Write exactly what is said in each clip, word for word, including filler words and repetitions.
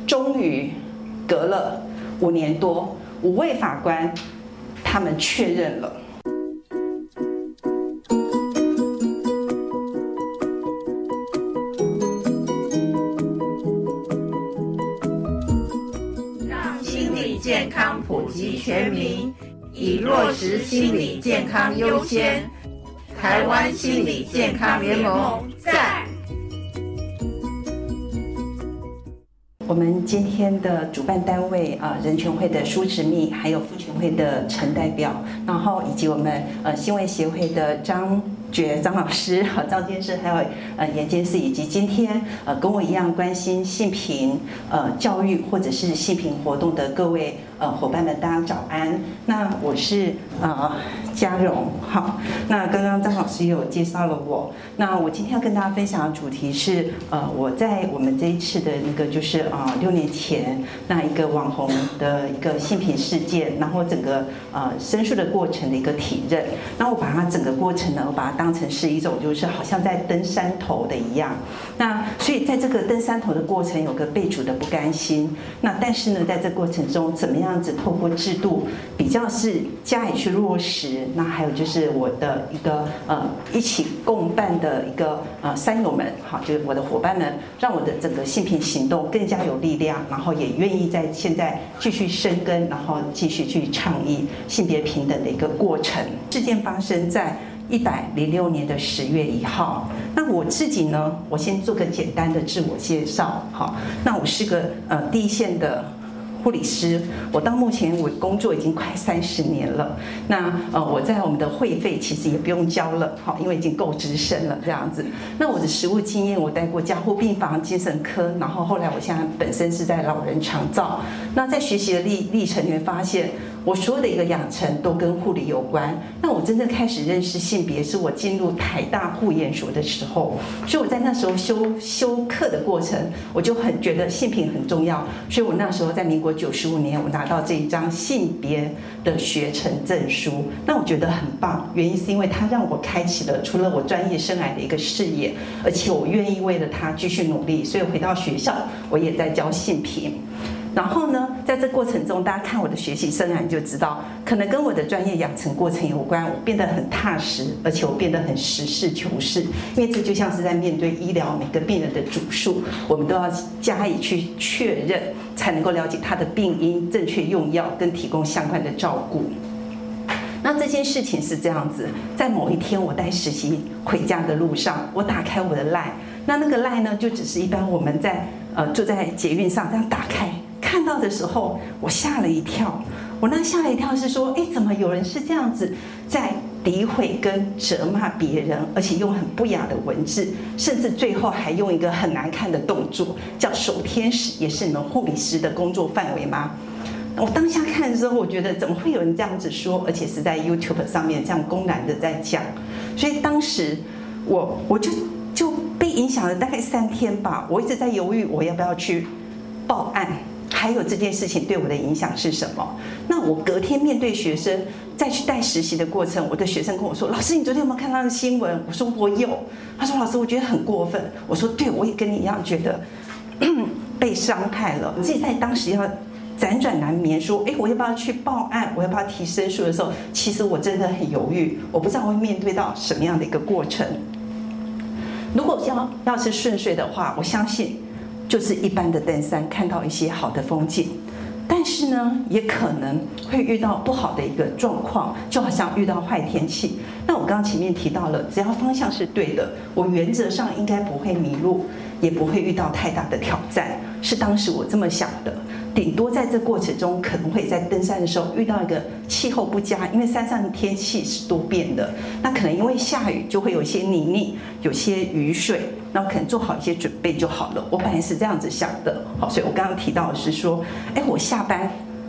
终于隔了五年多，五位法官他们确认了。 让心理健康普及全民，以落实心理健康优先。台湾心理健康联盟在。 我们今天的主办单位啊、呃，人权会的苏执秘，还有妇权会的陈代表，然后以及我们呃新闻协会的张觉张老师、和张监事，还有呃严监事，以及今天呃跟我一样关心性平呃教育或者是性平活动的各位呃伙伴们，大家早安。那我是呃嘉荣，好。那刚刚张老师也有介绍了我，那我今天要跟大家分享的主题是呃我在我们这一次的那个就是啊、呃、六年前那一个网红的一个性平事件，然后整个呃申诉的过程的一个体认。那我把它整个过程呢，我把它当成是一种就是好像在登山头的一样。那所以在这个登山头的过程，有个被主的不甘心。那但是呢，在这过程中，怎么样子透过制度比较是加以去落实？那还有就是我的一个呃一起共办的一个呃山友们，好，就是我的伙伴们，让我的整个性平行动更加有力量，然后也愿意在现在继续生根，然后继续去倡议性别平等的一个过程。事件发生在一百零六年的十月一号。那我自己呢，我先做个简单的自我介绍。好，那我是个呃第一线的护理师，我到目前我工作已经快三十年了。那呃我在我们的会费其实也不用交了，好，因为已经够资深了这样子。那我的实务经验，我带过加护病房、精神科，然后后来我现在本身是在老人长照。那在学习的历历程，你会发现，我所有的一个养成都跟护理有关。那我真正开始认识性别，是我进入台大护研所的时候。所以我在那时候修修课的过程，我就很觉得性平很重要。所以我那时候在民国九十五年，我拿到这一张性别的学程证书。那我觉得很棒，原因是因为它让我开启了除了我专业生涯的一个视野，而且我愿意为了它继续努力。所以回到学校，我也在教性平。然后呢，在这过程中，大家看我的学习生涯，你就知道，可能跟我的专业养成过程有关。我变得很踏实，而且我变得很实事求是，因为这就像是在面对医疗每个病人的主诉，我们都要加以去确认，才能够了解他的病因，正确用药，跟提供相关的照顾。那这件事情是这样子，在某一天我带实习回家的路上，我打开我的 LINE， 那那个 LINE 呢，就只是一般我们在呃坐在捷运上这样打开。看到的时候，我吓了一跳。我那吓了一跳是说，哎，怎么有人是这样子在诋毁跟责骂别人，而且用很不雅的文字，甚至最后还用一个很难看的动作，叫守天使，也是你们护理师的工作范围吗？我当下看的时候，我觉得怎么会有人这样子说，而且是在 YouTube 上面这样公然的在讲。所以当时我我就就被影响了大概三天吧，我一直在犹豫我要不要去报案。还有这件事情对我的影响是什么？那我隔天面对学生再去带实习的过程，我的学生跟我说：“老师，你昨天有没有看到那新闻？”我说：“我有。”他说：“老师，我觉得很过分。”我说：“对，我也跟你一样觉得被伤害了。”自己在当时要辗转难眠，说：“哎，我要不要去报案？我要不要提申诉的时候，其实我真的很犹豫，我不知道会面对到什么样的一个过程。如果要要是顺遂的话，我相信。”就是一般的登山，看到一些好的风景，但是呢，也可能会遇到不好的一个状况，就好像遇到坏天气。那我刚刚前面提到了，只要方向是对的，我原则上应该不会迷路，也不会遇到太大的挑战，是当时我这么想的。顶多在这过程中，可能会在登山的时候遇到一个气候不佳，因为山上的天气是多变的，那可能因为下雨就会有一些泥泞，有些雨水，那我可能做好一些准备就好了。我本来是这样子想的，好，所以我刚刚提到的是说，哎，我下班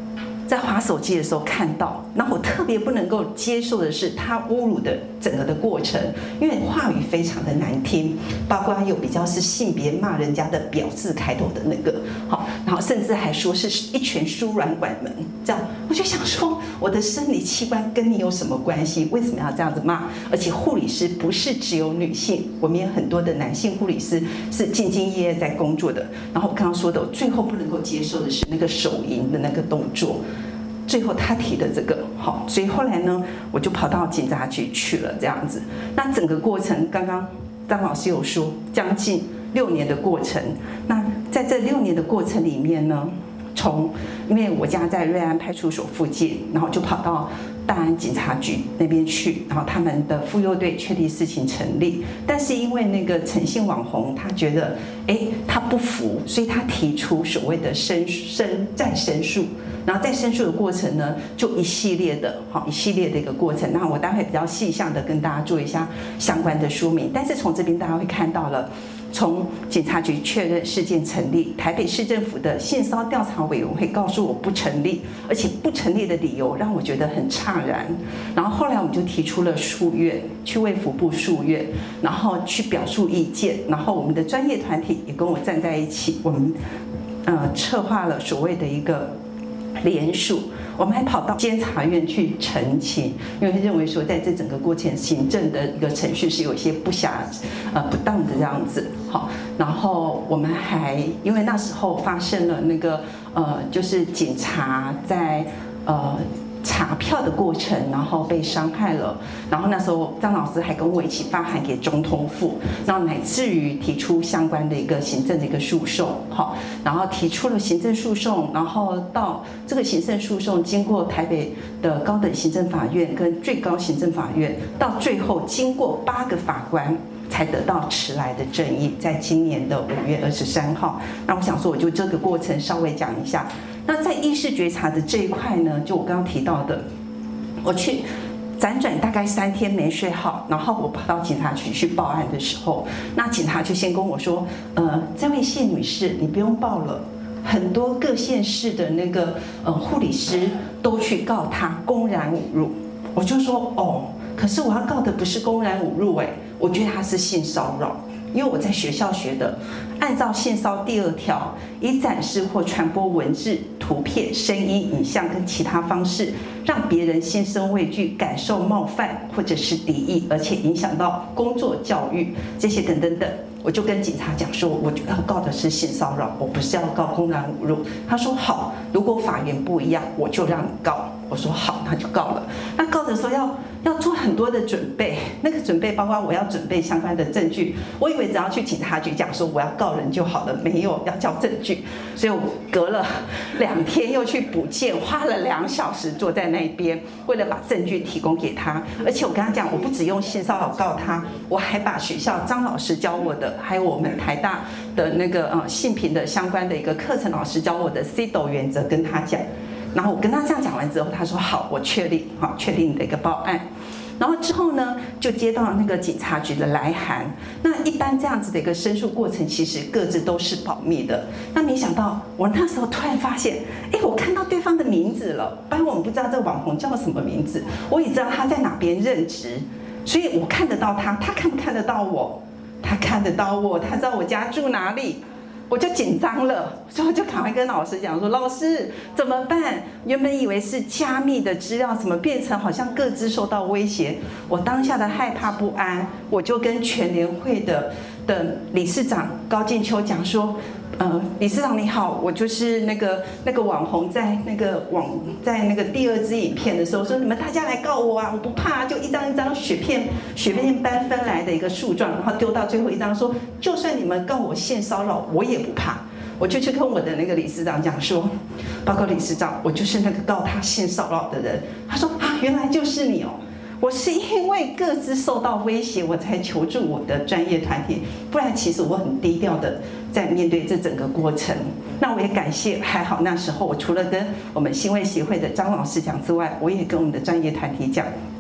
在滑手机的时候看到，那我特别不能够接受的是他侮辱的整个的过程，因为话语非常的难听，包括有比较是性别骂人家的表字开头的那个，好，然后甚至还说是一拳输卵管门，这样我就想说，我的生理器官跟你有什么关系？为什么要这样子骂？而且护理师不是只有女性，我们也有很多的男性护理师是兢兢业业在工作的。然后我刚刚说的，我最后不能够接受的是那个手淫的那个动作。最后他提的这个，好，所以后来呢，我就跑到警察局去了，这样子。那整个过程，刚刚张老师有说，将近六年的过程。那在这六年的过程里面呢，从因为我家在瑞安派出所附近，然后就跑到大安警察局那边去，然后他们的妇幼队确立事情成立，但是因为那个诚信网红他觉得，哎，他不服，所以他提出所谓的申申再申诉。然后在申诉的过程呢，就一系列的好一系列的一个过程。那我待会比较细项的跟大家做一下相关的说明。但是从这边大家会看到了，从警察局确认事件成立，台北市政府的性骚调查委员会告诉我不成立，而且不成立的理由让我觉得很诧然。然后后来我们就提出了诉愿，去卫福部诉愿，然后去表述意见。然后我们的专业团体也跟我站在一起，我们呃策划了所谓的一个联署，我们还跑到监察院去澄清，因为认为说在这整个过程行政的一个程序是有一些不暇呃不当的这样子，好，然后我们还因为那时候发生了那个呃就是警察在呃。查票的过程，然后被伤害了，然后那时候张老师还跟我一起发函给总统府，然后乃至于提出相关的一个行政的一个诉讼，好，然后提出了行政诉讼，然后到这个行政诉讼经过台北的高等行政法院跟最高行政法院，到最后经过八个法官才得到迟来的正义，在今年的五月二十三号。那我想说，我就这个过程稍微讲一下。那在意识觉察的这一块呢，就我刚刚提到的，我去辗转大概三天没睡好，然后我跑到警察局去报案的时候，那警察就先跟我说，呃，这位谢女士，你不用报了。很多各县市的那个呃护理师都去告他公然侮辱，我就说哦，可是我要告的不是公然侮辱，哎，我觉得他是性骚扰。因为我在学校学的，按照性骚第二条，以展示或传播文字、图片、声音、影像跟其他方式，让别人心生畏惧、感受冒犯或者是敌意，而且影响到工作、教育这些等等等。我就跟警察讲说，我要告的是性骚扰，我不是要告公然侮辱。他说好，如果法源不一样，我就让你告。我说好，那就告了。那告的时候要要做很多的准备，那个准备包括我要准备相关的证据。我以为只要去警察局讲说我要告人就好了，没有，要交证据。所以我隔了两天又去补件，花了两小时坐在那边，为了把证据提供给他。而且我跟他讲，我不只用性骚扰告他，我还把学校张老师教我的，还有我们台大的那个呃性平的相关的一个课程老师教我的 C D O 原则跟他讲。然后我跟他这样讲完之后，他说好，我确立，好，确定你的一个报案。然后之后呢，就接到那个警察局的来函。那一般这样子的一个申诉过程，其实各自都是保密的。那没想到我那时候突然发现，哎，我看到对方的名字了，不然我们不知道这个网红叫什么名字，我也知道他在哪边任职，所以我看得到他，他看不看得到我？他看得到我，他知道我家住哪里。我就紧张了，所以我就赶快跟老师讲说：“老师怎么办？原本以为是加密的资料，怎么变成好像各自受到威胁？我当下的害怕不安，我就跟全联会的的理事长高进秋讲说。”呃，理事长你好，我就是那个那个网红在那个网在那个第二支影片的时候说，你们大家来告我啊，我不怕，就一张一张雪片雪片般分来的一个诉状，然后丢到最后一张说，就算你们告我性骚扰，我也不怕。我就去跟我的那个理事长讲说，报告理事长，我就是那个告他性骚扰的人。他说啊，原来就是你哦。我是因为各自受到威胁，我才求助我的专业团体，不然其实我很低调的在面对这整个过程。那我也感谢，还好那时候我除了跟我们新卫协会的张老师讲之外，我也跟我们的专业团体讲。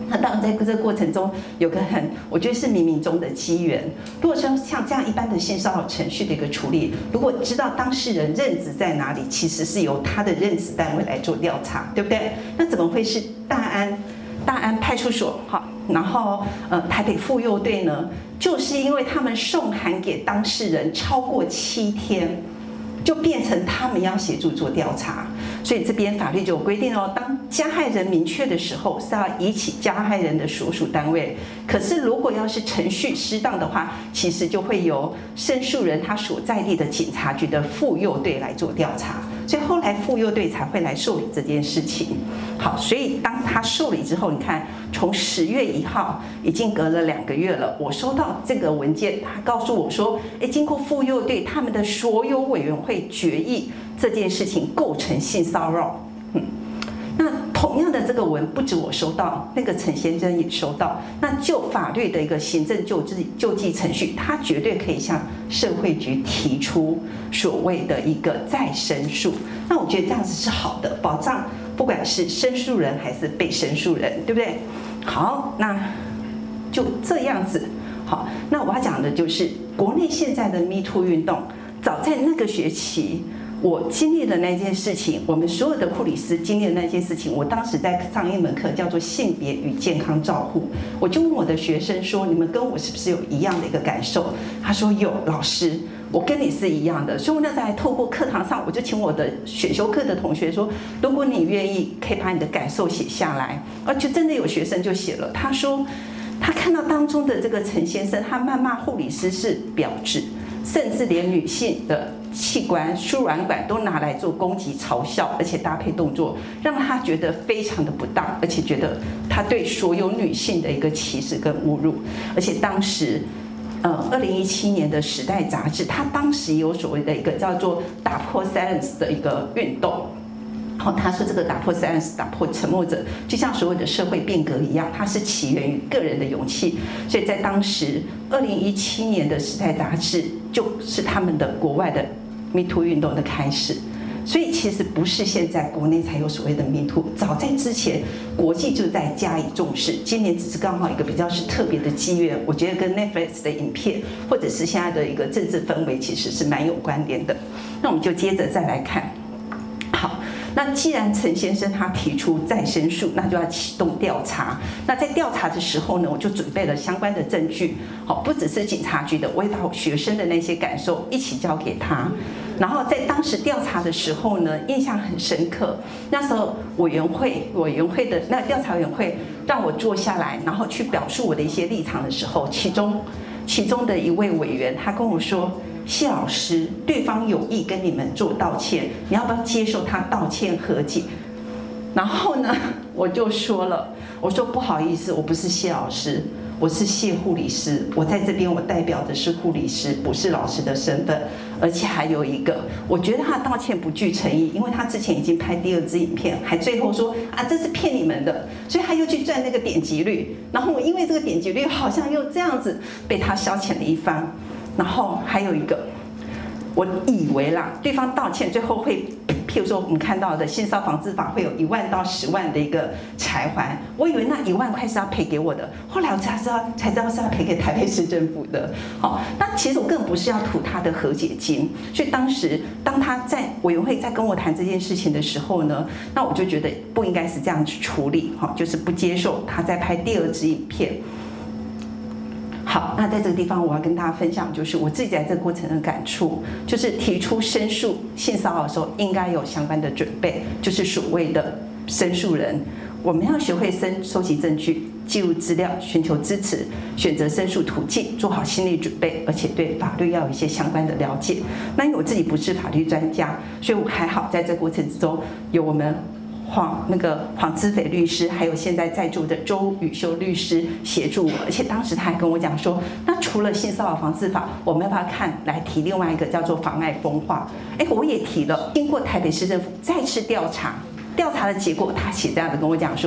那当然，在这个过程中有个很，我觉得是冥冥中的机缘。如果说像这样一般的性骚扰程序的一个处理，如果知道当事人任职在哪里，其实是由他的任职单位来做调查，对不对？那怎么会是大安大安派出所好，然后呃台北妇幼队呢？就是因为他们送函给当事人超过七天。就变成他们要协助做调查，所以这边法律就有规定哦，当加害人明确的时候是要移起加害人的所属单位。可是如果要是程序失当的话，其实就会由申诉人他所在地的警察局的妇幼队来做调查。所以后来妇幼队才会来受理这件事情。好，所以当他受理之后，你看从十月一号已经隔了两个月了，我收到这个文件，他告诉我说，哎，经过妇幼队他们的所有委员会决议，这件事情构成性骚扰。嗯，那同样的这个文不止我收到，那个陈先生也收到。那就法律的一个行政救济救济程序，他绝对可以向社会局提出所谓的一个再申诉。那我觉得这样子是好的，保障不管是申诉人还是被申诉人，对不对？好，那就这样子。好，那我要讲的就是国内现在的 Me Too 运动，早在那个学期。我经历的那件事情，我们所有的护理师经历的那件事情，我当时在上一门课叫做性别与健康照护，我就问我的学生说，你们跟我是不是有一样的一个感受？他说有，老师，我跟你是一样的。所以我那时候还透过课堂上，我就请我的选修课的同学说，如果你愿意，可以把你的感受写下来。而且真的有学生就写了，他说他看到当中的这个陈先生，他谩骂护理师是婊子，甚至连女性的器官、输卵管都拿来做攻击、嘲笑，而且搭配动作，让他觉得非常的不当，而且觉得他对所有女性的一个歧视跟侮辱。而且当时，呃，二零一七年的《时代》杂志，它当时有所谓的一个叫做“打破 silence” 的一个运动。好，他说这个打破 silence， 打破沉默者，就像所有的社会变革一样，它是起源于个人的勇气。所以在当时二零一七年的《时代》杂志，就是他们的国外的 Me Too 运动的开始。所以其实不是现在国内才有所谓的 Me Too， 早在之前国际就在加以重视。今年只是刚好一个比较是特别的机缘，我觉得跟 Netflix 的影片或者是现在的一个政治氛围其实是蛮有关联的。那我们就接着再来看。好，那既然陈先生他提出再申诉，那就要启动调查。那在调查的时候呢，我就准备了相关的证据，好，不只是警察局的，我也把我学生的那些感受一起交给他。然后在当时调查的时候呢，印象很深刻。那时候委员会委员会的那调查委员会让我坐下来，然后去表述我的一些立场的时候，其中其中的一位委员他跟我说，谢老师，对方有意跟你们做道歉，你要不要接受他道歉和解？然后呢，我就说了，我说不好意思，我不是谢老师，我是谢护理师，我在这边我代表的是护理师，不是老师的身份。而且还有一个，我觉得他道歉不具诚意，因为他之前已经拍第二支影片，还最后说啊这是骗你们的，所以他又去赚那个点击率，然后我因为这个点击率好像又这样子被他消遣了一番。然后还有一个，我以为啦，对方道歉最后会，譬如说我们看到的性骚扰防治法会有一万到十万的一个财还，我以为那一万块是要赔给我的，后来我才知道才知道是要赔给台北市政府的。好，那其实我根本不是要图他的和解金，所以当时当他在委员会在跟我谈这件事情的时候呢，那我就觉得不应该是这样去处理，哈，就是不接受他在拍第二支影片。好，那在这个地方我要跟大家分享，就是我自己在这个过程的感触，就是提出申诉性骚扰的时候应该有相关的准备，就是所谓的申诉人，我们要学会申收集证据、记录资料、寻求支持、选择申诉途径，做好心理准备，而且对法律要有一些相关的了解。那因为我自己不是法律专家，所以我还好在这个过程之中有我们黄那个黄之斐律师，还有现在在座的周宇修律师协助我，而且当时他还跟我讲说，那除了性骚扰防治法，我们要不要看来提另外一个叫做妨碍风化？哎，我也提了。经过台北市政府再次调查，调查的结果，他写这样子跟我讲说，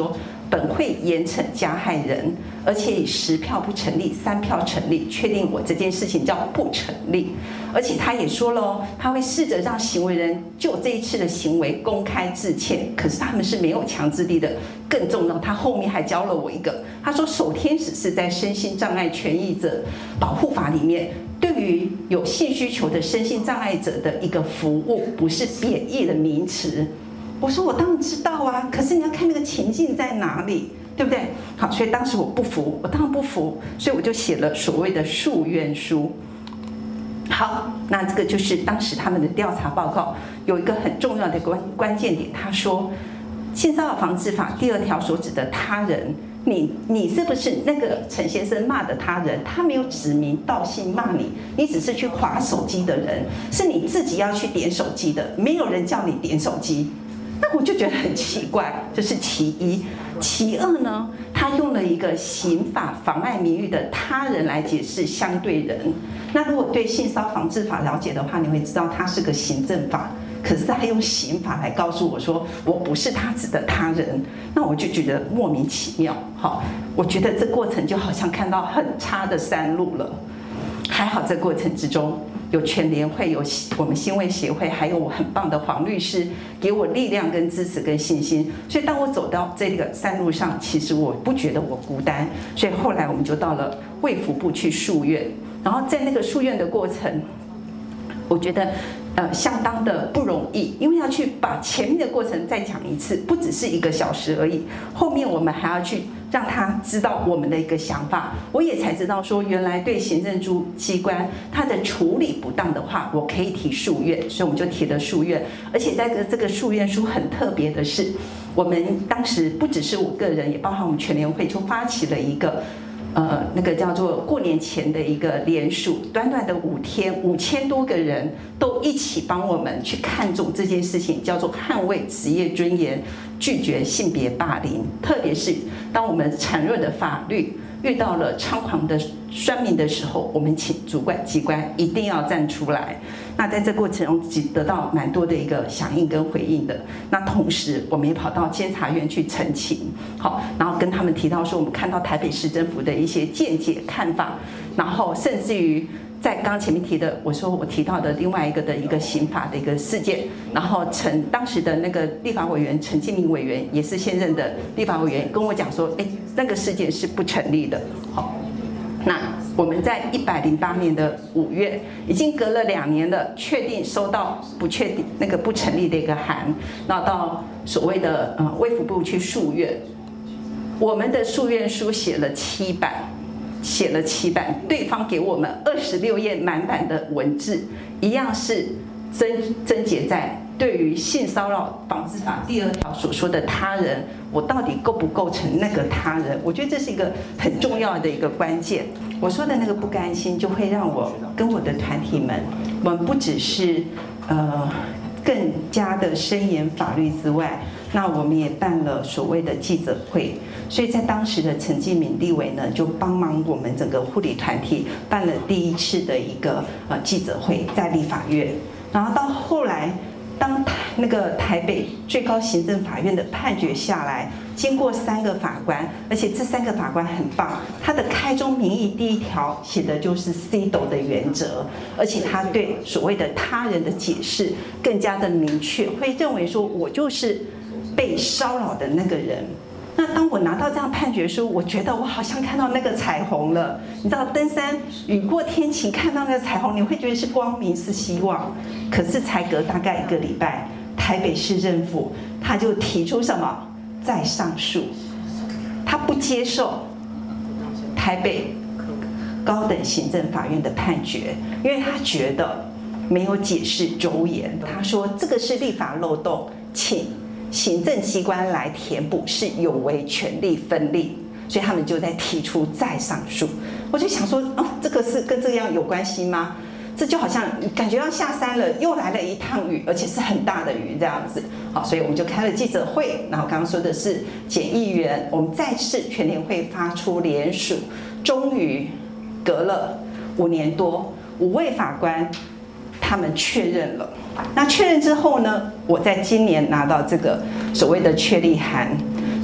本会严惩加害人，而且以十票不成立，三票成立，确定我这件事情叫不成立。而且他也说了哦，他会试着让行为人就这一次的行为公开致歉，可是他们是没有强制力的。更重要，他后面还教了我一个，他说守天使是在身心障碍权益者保护法里面，对于有性需求的身心障碍者的一个服务，不是贬义的名词。我说我当然知道啊，可是你要看那个情境在哪里，对不对？好，所以当时我不服，我当然不服，所以我就写了所谓的诉愿书。好，那这个就是当时他们的调查报告有一个很重要的关关键点，他说，性骚扰防治法第二条所指的他人，你你是不是那个陈先生骂的他人？他没有指名道姓骂你，你只是去滑手机的人，是你自己要去点手机的，没有人叫你点手机。那我就觉得很奇怪，这是其一。其二呢，他用了一个刑法妨碍名誉的他人来解释相对人。那如果对性骚扰防治法了解的话，你会知道它是个行政法，可是他用刑法来告诉我说我不是他指的他人，那我就觉得莫名其妙。好，我觉得这过程就好像看到很差的山路了。还好这过程之中，有全联会，有我们新卫协会，还有我很棒的黄律师，给我力量跟支持跟信心。所以当我走到这个山路上，其实我不觉得我孤单。所以后来我们就到了卫福部去诉愿，然后在那个诉愿的过程，我觉得呃相当的不容易，因为要去把前面的过程再讲一次，不只是一个小时而已，后面我们还要去让他知道我们的一个想法。我也才知道说，原来对行政机关他的处理不当的话，我可以提诉愿，所以我们就提了诉愿。而且在这个诉愿书很特别的是，我们当时不只是我个人，也包含我们全联会，就发起了一个呃，那个叫做过年前的一个联署，短短的五天，五千多个人都一起帮我们去看重这件事情，叫做捍卫职业尊严，拒绝性别霸凌。特别是当我们孱弱的法律遇到了猖狂的酸民的时候，我们请主管机关一定要站出来。那在这过程中得到蛮多的一个响应跟回应的。那同时我们也跑到监察院去澄清，好，然后跟他们提到说，我们看到台北市政府的一些见解看法，然后甚至于在刚刚前面提的，我说我提到的另外一个的一个刑法的一个事件，然后陈当时的那个立法委员陈进明委员，也是现任的立法委员，跟我讲说，哎，那个事件是不成立的。好，那我们在一百零八年的五月，已经隔了两年了，确定收到不确定那个不成立的一个函，然后到所谓的呃卫福部去诉愿，我们的诉愿书写了七版。写了七版，对方给我们二十六页满版的文字，一样是症症结在对于性骚扰防治法第二条所说的他人，我到底构不构成那个他人？我觉得这是一个很重要的一个关键。我说的那个不甘心，就会让我跟我的团体们，我们不只是呃更加的深研法律之外，那我们也办了所谓的记者会。所以在当时的陈进明立委呢，就帮忙我们整个护理团体办了第一次的一个呃记者会，在立法院。然后到后来，当那个台北最高行政法院的判决下来，经过三个法官，而且这三个法官很棒，他的开宗明义第一条写的就是 C E D O 的原则，而且他对所谓的他人的解释更加的明确，会认为说我就是被骚扰的那个人。那当我拿到这样判决书，我觉得我好像看到那个彩虹了。你知道，登山雨过天晴，看到那个彩虹，你会觉得是光明，是希望。可是才隔大概一个礼拜，台北市政府他就提出什么再上诉，他不接受台北高等行政法院的判决，因为他觉得没有解释周延。他说这个是立法漏洞，请行政机关来填补，是有违权力分立，所以他们就在提出再上诉。我就想说，哦，这个是跟这样有关系吗？这就好像感觉要下山了，又来了一趟雨，而且是很大的雨这样子。好，所以我们就开了记者会。然后刚刚说的是检议员，我们再次全联会发出联署，终于隔了五年多，五位法官他们确认了。那确认之后呢，我在今年拿到这个所谓的确立函。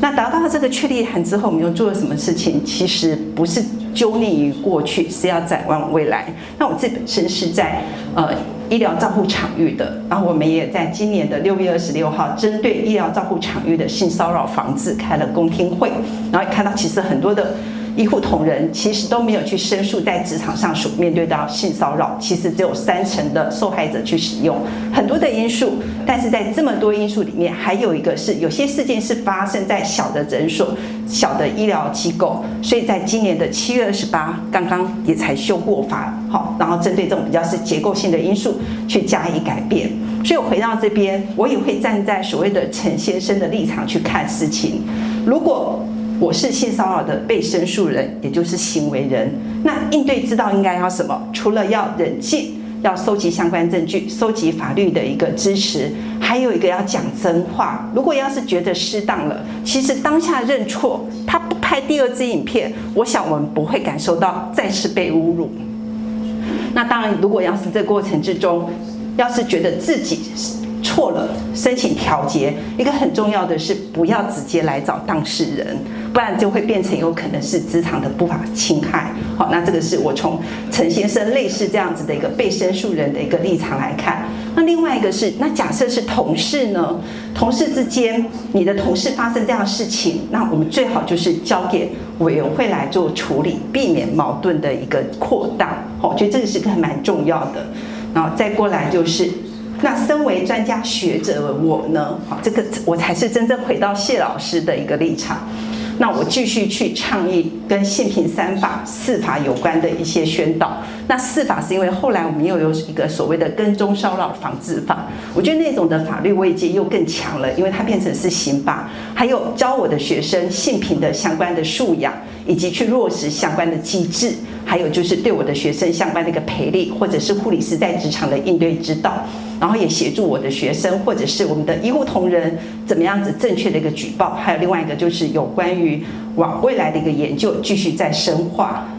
那达到这个确立函之后，我们又做了什么事情？其实不是纠泥于过去，是要展望未来。那我自己本身是在呃医疗照护场域的，然后我们也在今年的六月二十六号，针对医疗照护场域的性骚扰防治开了公听会，然后也看到其实很多的医护同仁其实都没有去申诉在职场上所面对到性骚扰，其实只有三成的受害者去使用很多的因素，但是在这么多因素里面，还有一个是有些事件是发生在小的诊所、小的医疗机构，所以在今年的七月二十八，刚刚也才修过法，好，然后针对这种比较是结构性的因素去加以改变。所以我回到这边，我也会站在所谓的陈先生的立场去看事情。如果我是性骚扰的被申诉人，也就是行为人，那应对之道应该要什么？除了要冷静，要收集相关证据，收集法律的一个支持，还有一个要讲真话。如果要是觉得适当了，其实当下认错，他不拍第二支影片，我想我们不会感受到再次被侮辱。那当然，如果要是这个过程之中，要是觉得自己错了，申请调解，一个很重要的是不要直接来找当事人，不然就会变成有可能是职场的不法侵害。好，那这个是我从陈先生类似这样子的一个被申诉人的一个立场来看。那另外一个是，那假设是同事呢？同事之间，你的同事发生这样的事情，那我们最好就是交给委员会来做处理，避免矛盾的一个扩大。好，我觉得这个是个蛮重要的。然后再过来就是。那身为专家学者的我呢，好，这个我才是真正回到谢老师的一个立场。那我继续去倡议跟性平三法、四法有关的一些宣导。那四法是因为后来我们又有一个所谓的跟踪骚扰防治法，我觉得那种的法律位阶又更强了，因为它变成是刑法，还有教我的学生性平的相关的素养，以及去落实相关的机制，还有就是对我的学生相关的一个培力，或者是护理师在职场的应对之道。然后也协助我的学生或者是我们的医护同仁怎么样子正确的一个举报，还有另外一个就是有关于往未来的一个研究继续在深化。